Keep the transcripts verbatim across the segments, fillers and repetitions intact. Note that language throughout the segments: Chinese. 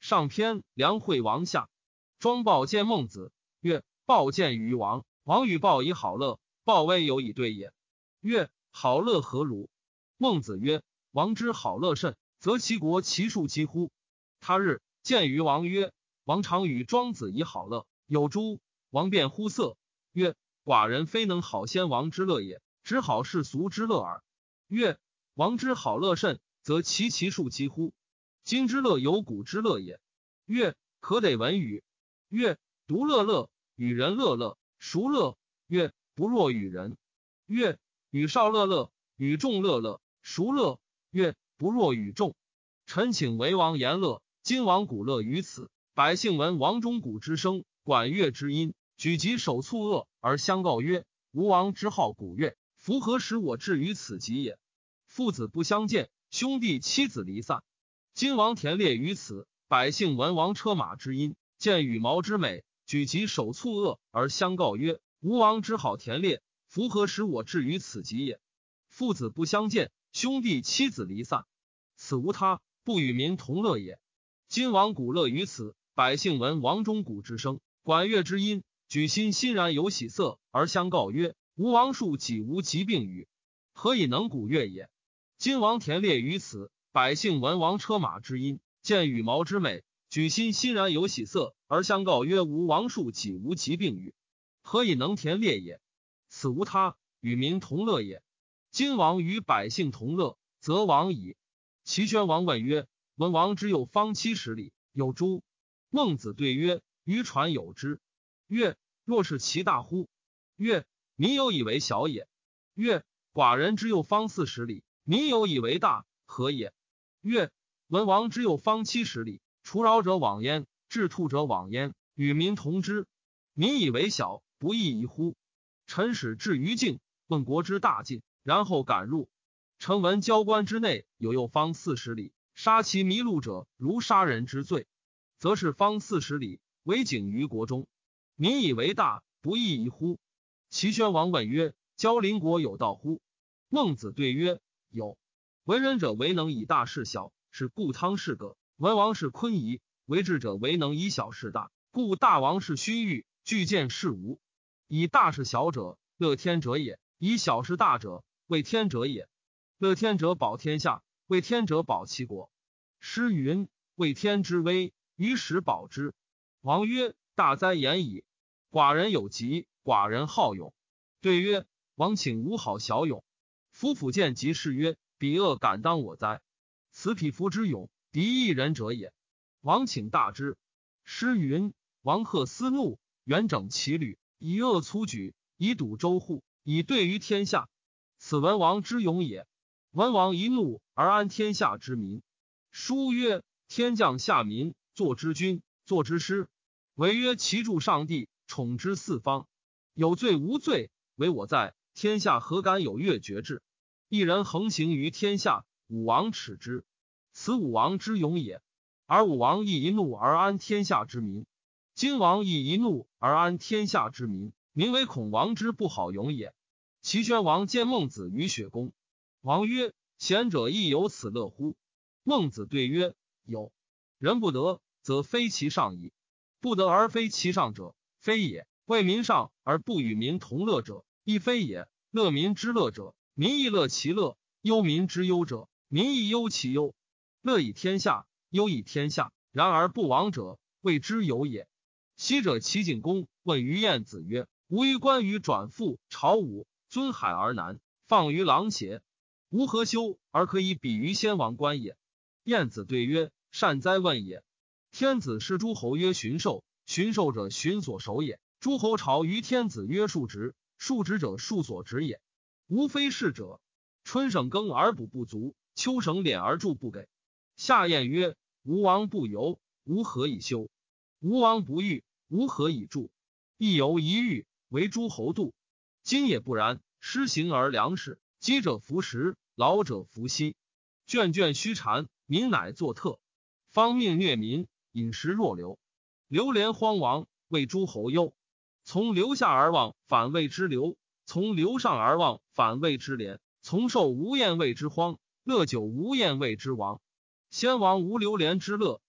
上篇梁惠王下。庄豹见孟子，曰：豹见于王，王与豹以好乐，豹谓有以对也。曰：好乐何如？孟子曰：王之好乐甚，则其国其数几乎？他日见于王曰：王常与庄子以好乐，有诸？王辩乎色，曰：寡人非能好先王之乐也，只好世俗之乐耳。曰：王之好乐甚，则其其数几乎？今之乐有古之乐也。曰：可得闻语。曰：独乐乐，与人乐乐，孰乐？曰：不若与人。曰：与少乐乐，与众乐乐，孰乐？曰：不若与众。臣请为王言乐，今王鼓乐于此，百姓闻王钟鼓之声，管乐之音，举及手促恶，而相告曰：吾王之好鼓乐，夫何使我至于此极也？父子不相见，兄弟妻子离散。今王田猎于此，百姓闻王车马之音，见羽毛之美，举及手促恶，而相告曰：吾王之好田猎，夫何使我至于此极也？父子不相见，兄弟妻子离散，此无他，不与民同乐也。今王鼓乐于此，百姓闻王钟鼓之声，管乐之音，举心欣然有喜色，而相告曰：吾王数己无疾病与？何以能鼓乐也？今王田猎于此，百姓闻王车马之音，见羽毛之美，举心欣然有喜色，而相告曰：吾王数己无疾病与？何以能田猎也？此无他，与民同乐也。今王与百姓同乐，则亡矣。齐宣王问曰：文王之右方七十里，有诸？孟子对曰：渔船有之。曰：若是其大乎？曰：民有以为小也。曰：寡人之右方四十里，民有以为大，何也？曰：文王之右方七十里，除饶者往焉，治兔者往焉，与民同之，民以为小，不亦宜乎？臣使至于境，问国之大尽，然后赶入。臣闻交官之内有右方四十里，杀其迷路者如杀人之罪，则是方四十里，为警于国中，民以为大，不亦宜乎？齐宣王问曰：交邻国有道乎？孟子对曰：有。为人者为能以大事小，是故汤氏葛；文王是昆仪，为智者为能以小事大，故大王是勋玉，具见事无。以大事小者，乐天者也；以小事大者，为天者也。乐天者保天下，为天者保其国。诗云：为天之威，于时保之。王曰：大哉言矣！寡人有疾，寡人好勇。对曰：王请吾好小勇。夫妇见及是曰：彼恶敢当我哉？此匹夫之勇，敌一人者也。王请大之。诗云：王贺思怒，远整其旅，以恶粗举，以堵周户，以对于天下。此文王之勇也。文王一怒而安天下之民。书曰：天降下民，作之君，作之师。惟曰：其助上帝，宠之四方。有罪无罪，唯我在，天下何敢有越绝之？一人横行于天下，武王耻之。此武王之勇也。而武王亦一怒而安天下之民。今王亦一怒而安天下之民，民为恐王之不好勇也。齐宣王见孟子于雪宫。王曰：贤者亦有此乐乎？孟子对曰：有。人不得，则非其上矣；不得而非其上者，非也。为民上而不与民同乐者，亦非也。乐民之乐者，民亦乐其乐；忧民之忧者，民亦忧其忧。乐以天下，忧以天下，然而不亡者，谓之有也。昔者齐景公问于晏子曰：吾于关羽转复朝武，尊海而南，放于狼邪？吾何羞而可以比于先王官也？晏子对曰：善哉问也。天子视诸侯曰巡狩，巡狩者巡所守也。诸侯朝于天子曰述职，述职者述所职也。无非是者。春省耕而补不足，秋省敛而助不给。夏晏曰：吴王不游，吾何以休？吴王不欲，吾何以助？一游一欲，为诸侯度。今也不然，施行而粮食，饥者服食，老者服息。卷卷须蝉，民乃作特。方命虐民，饮食若流。流连荒亡，为诸侯忧。从流下而望，反谓之流；从流上而望，反谓之廉。从受无厌谓之荒，乐久无厌谓之亡。先王无流连之乐，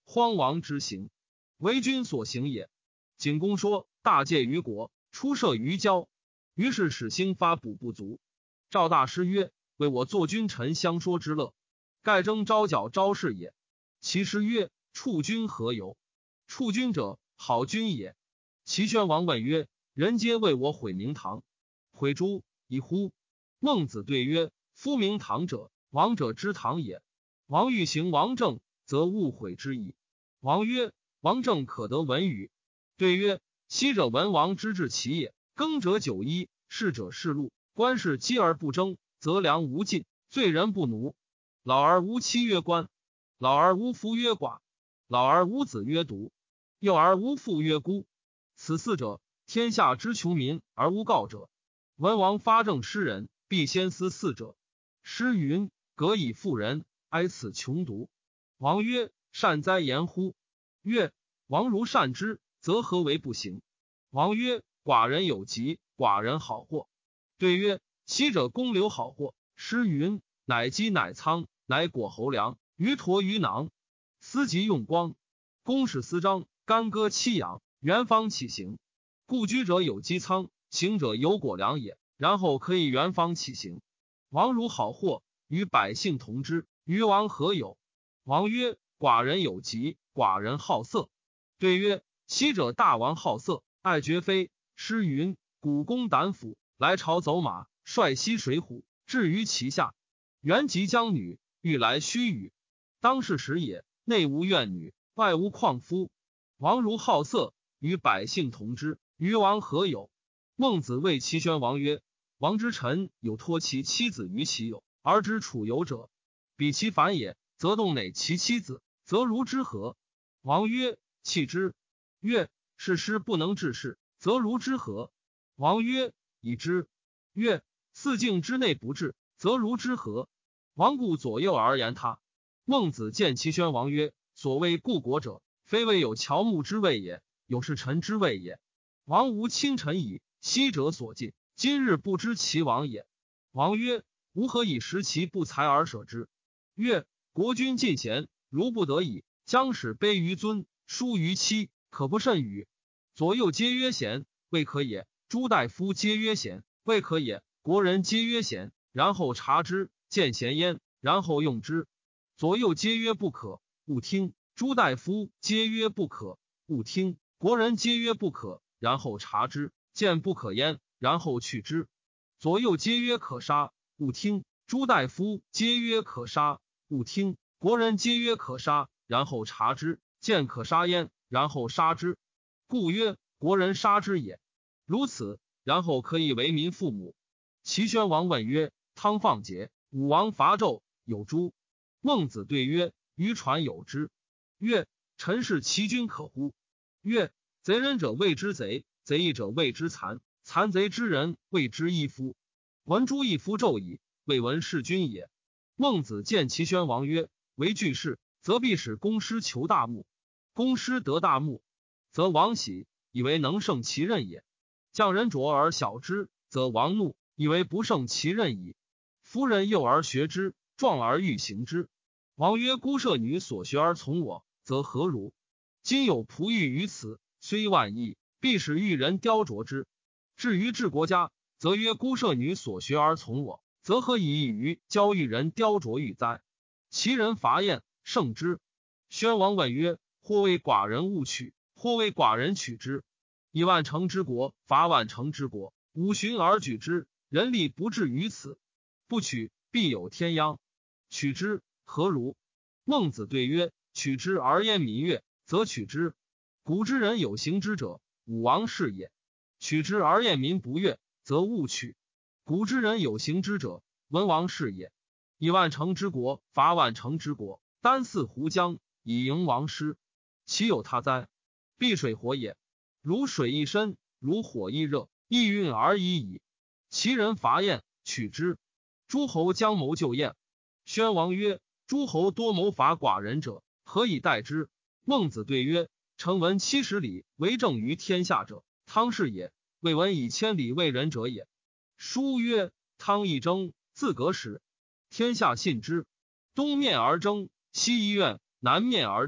荒王之行，为君所行也。景公说：大戒于国，出射于郊。于是使兴发补不足。赵大师曰：为我作君臣相说之乐，盖征招剿招士也。其师曰：处君何由？处君者，好君也。齐宣王问曰：人皆为我毁明堂，毁诸以乎？孟子对曰：夫明堂者，王者之堂也。王欲行王政，则勿毁之矣。王曰：王政可得闻与？对曰：昔者文王之治其也，耕者九一，士者士禄，官士积而不争，则粮无尽，罪人不奴。老而无妻曰官，老而无夫曰寡，老而无子曰独，幼而无父曰孤。此四者，天下之穷民而无告者。文王发政施人，必先思四者。诗云：革以妇人，哀此穷独。王曰：善哉言乎！曰：王如善之，则何为不行？王曰：寡人有疾，寡人好货。对曰：昔者公刘好货。诗云：乃鸡乃仓，乃果侯粮，鱼驼鱼囊。司及用光，公使司章，干戈戚阳，元方起行。故居者有鸡仓，行者有果粮也，然后可以元方起行。王如好货，与百姓同之，于王何有？王曰：寡人有疾，寡人好色。对曰：昔者大王好色，爱绝非。诗云：古公胆斧，来朝走马，率西水浒，至于其下。原及将女，欲来须臾。当是时也，内无怨女，外无旷夫。王如好色，与百姓同之，于王何有？孟子谓齐宣王曰：王之臣有托其妻子于其友，而知处友者，比其反也，则动馁其妻子，则如之何？王曰：弃之。曰：是师不能治事，则如之何？王曰：已之。曰：四境之内不治，则如之何？王故左右而言他。孟子见齐宣王曰：所谓故国者，非谓有乔木之谓也，有是臣之谓也。王无亲臣矣，昔者所尽，今日不知其亡也。王曰：吾何以识其不才而舍之？曰：国君尽贤，如不得已，将使卑于尊，疏于妻，可不甚与？左右皆曰贤，未可也；诸大夫皆曰贤，未可也；国人皆曰贤，然后察之，见贤焉，然后用之。左右皆曰不可，勿听；诸大夫皆曰不可，勿听；国人皆曰不可，然后察之，见不可焉，然后去之。左右皆曰可杀，勿听；诸大夫皆曰可杀，勿听；国人皆曰可杀，然后察之，见可杀焉，然后杀之。故曰：国人杀之也。如此，然后可以为民父母。齐宣王问曰：汤放桀，武王伐纣，有诸？孟子对曰：渔船有之。曰：臣是其君可乎？曰：贼人者谓之贼，贼义者谓之残，残贼之人谓之义夫。闻诸义夫纣矣，未闻弑君也。孟子见齐宣王曰：为巨士，则必使公师求大木。公师得大木，则王喜，以为能胜其任也。将人拙而小之，则王怒，以为不胜其任矣。夫人幼而学之，壮而欲行之。王曰：孤舍女所学而从我，则何如？今有仆役于此，虽万亿，必使欲人雕琢之。至于治国家，则曰孤舍女所学而从我，则何以异于教育人雕琢欲哉？其人伐燕，胜之。宣王问曰：或为寡人勿取，或为寡人取之。以万乘之国伐万乘之国，五旬而举之，人力不至于此。不取，必有天殃。取之，何如？孟子对曰：取之而焉民悦，则取之。古之人有行之者，武王是也。取之而厌民不悦，则勿取。古之人有行之者，文王是也。以万乘之国伐万乘之国，单泗湖江，以迎王师，其有他哉？避水火也。如水一深，如火一热，亦运而已矣。其人伐燕，取之。诸侯将谋就燕。宣王曰：诸侯多谋伐寡人者，何以待之？孟子对曰：臣闻七十里为政于天下者，汤是也；未闻以千里为人者也。书曰：汤一争，自革时，天下信之。东面而争，西一怨，南面而争，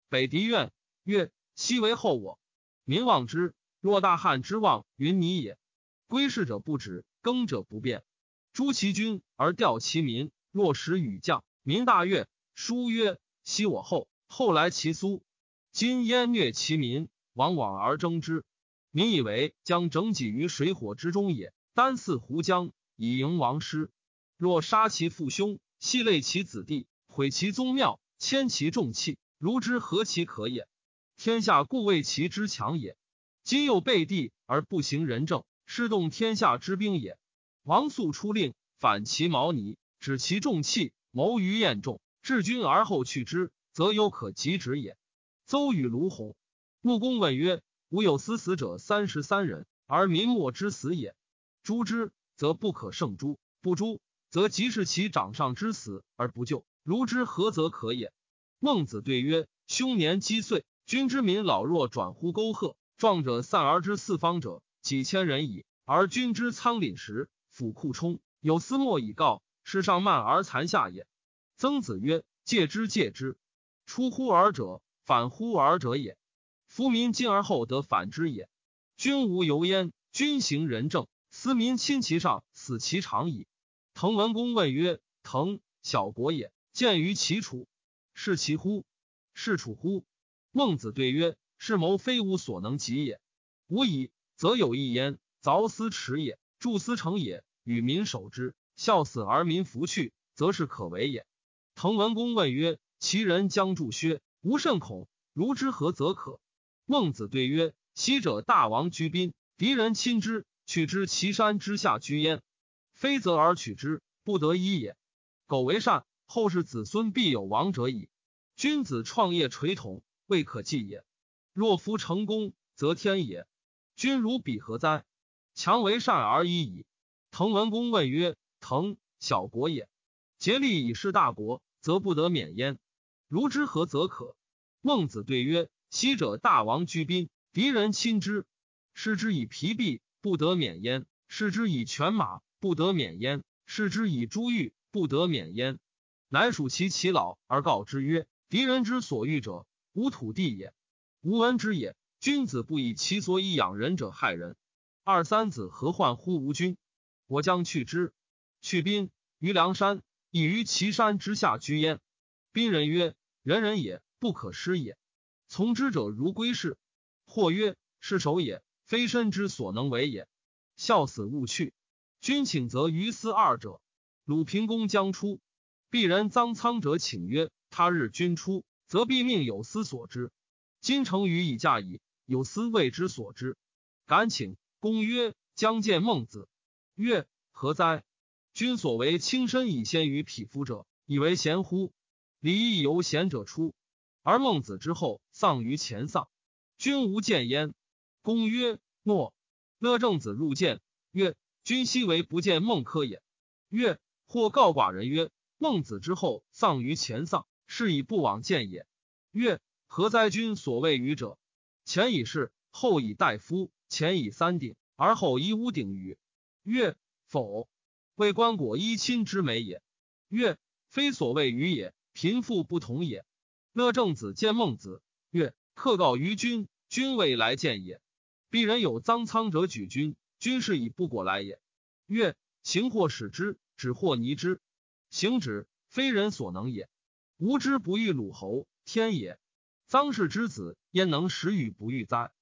北狄怨，曰：昔为后我。民望之，若大汉之望云泥也。归事者不止，耕者不变。诛其君而调其民，若使羽将，民大悦。书曰：昔我后，后来其苏。今焉虐其民，往往而争之。民以为将整己于水火之中也，单似胡将，以迎王师。若杀其父兄，系累其子弟，毁其宗庙，迁其重器，如之何其可也？天下故为其之强也。今又背地而不行仁政，是动天下之兵也。王肃出令，反其毛倪，止其重器，谋于晏众，治军而后去之，则有可及止也。邹与卢弘。穆公问曰：吾有司死者三十三人，而民莫之死也。诛之，则不可胜诛；不诛，则即是其掌上之死而不救，如之何则可也？孟子对曰：凶年积岁，君之民老弱转乎沟壑，壮者散而之四方者几千人矣。而君之仓廪实，府库充，有司莫以告，是上慢而残下也。曾子曰：戒之戒之，出乎尔者，反乎尔者也。夫民今而后得反之也。君无由焉，君行仁政，思民亲其上，死其常矣。滕文公问曰：滕，小国也，见于其楚，是其乎？是楚乎？孟子对曰：是谋非吾所能及也。吾以则有一焉，凿斯耻也，筑斯成也，与民守之，孝死而民弗去，则是可为也。滕文公问曰：其人将筑薛，吾甚恐，如之何则可？孟子对曰：昔者大王居宾，敌人侵之，取之其山之下居焉，非则而取之，不得已也。苟为善，后世子孙必有王者矣。君子创业垂统，未可计也。若夫成功，则天也。君如彼何哉？强为善而已矣。滕文公问曰：滕，小国也，竭力以事大国，则不得免焉，如之何则可？孟子对曰：昔者大王居宾，敌人侵之，视之以疲弊，不得免焉；视之以犬马，不得免焉；视之以珠玉，不得免焉。乃属其其老而告之曰：敌人之所欲者，无土地也，无闻之也。君子不以其所以养人者害人。二三子何患乎吾君？我将去之。去宾于梁山，以于其山之下居焉。宾人曰：人人也，不可失也。从之者如归士。或曰：是守也，非身之所能为也。孝死勿去。君请则于斯二者。鲁平公将出，鄙人臧苍者请曰：他日君出，则必命有司所之。今成于以驾矣，有司谓之所之。敢请。公曰：将见孟子。曰：何哉？君所为轻身以先于匹夫者，以为贤乎？礼义由贤者出，而孟子之后丧于前丧，君无见焉。公曰：诺。乐正子入见，曰：君奚为不见孟轲也？曰：或告寡人曰：孟子之后丧于前丧，是以不往见也。曰：何哉君所谓语者？前以事，后以大夫，前以三鼎，而后以五鼎与。曰：否。为棺椁衣亲之美也。曰：非所谓语也，贫富不同也。乐正子见孟子，曰：客告于君，君未来见也。鄙人有臧苍者举君，君是以不果来也。曰：行或使之，止或泥之。行止，非人所能也。吾之不欲鲁侯，天也。臧氏之子，焉能使与不欲哉？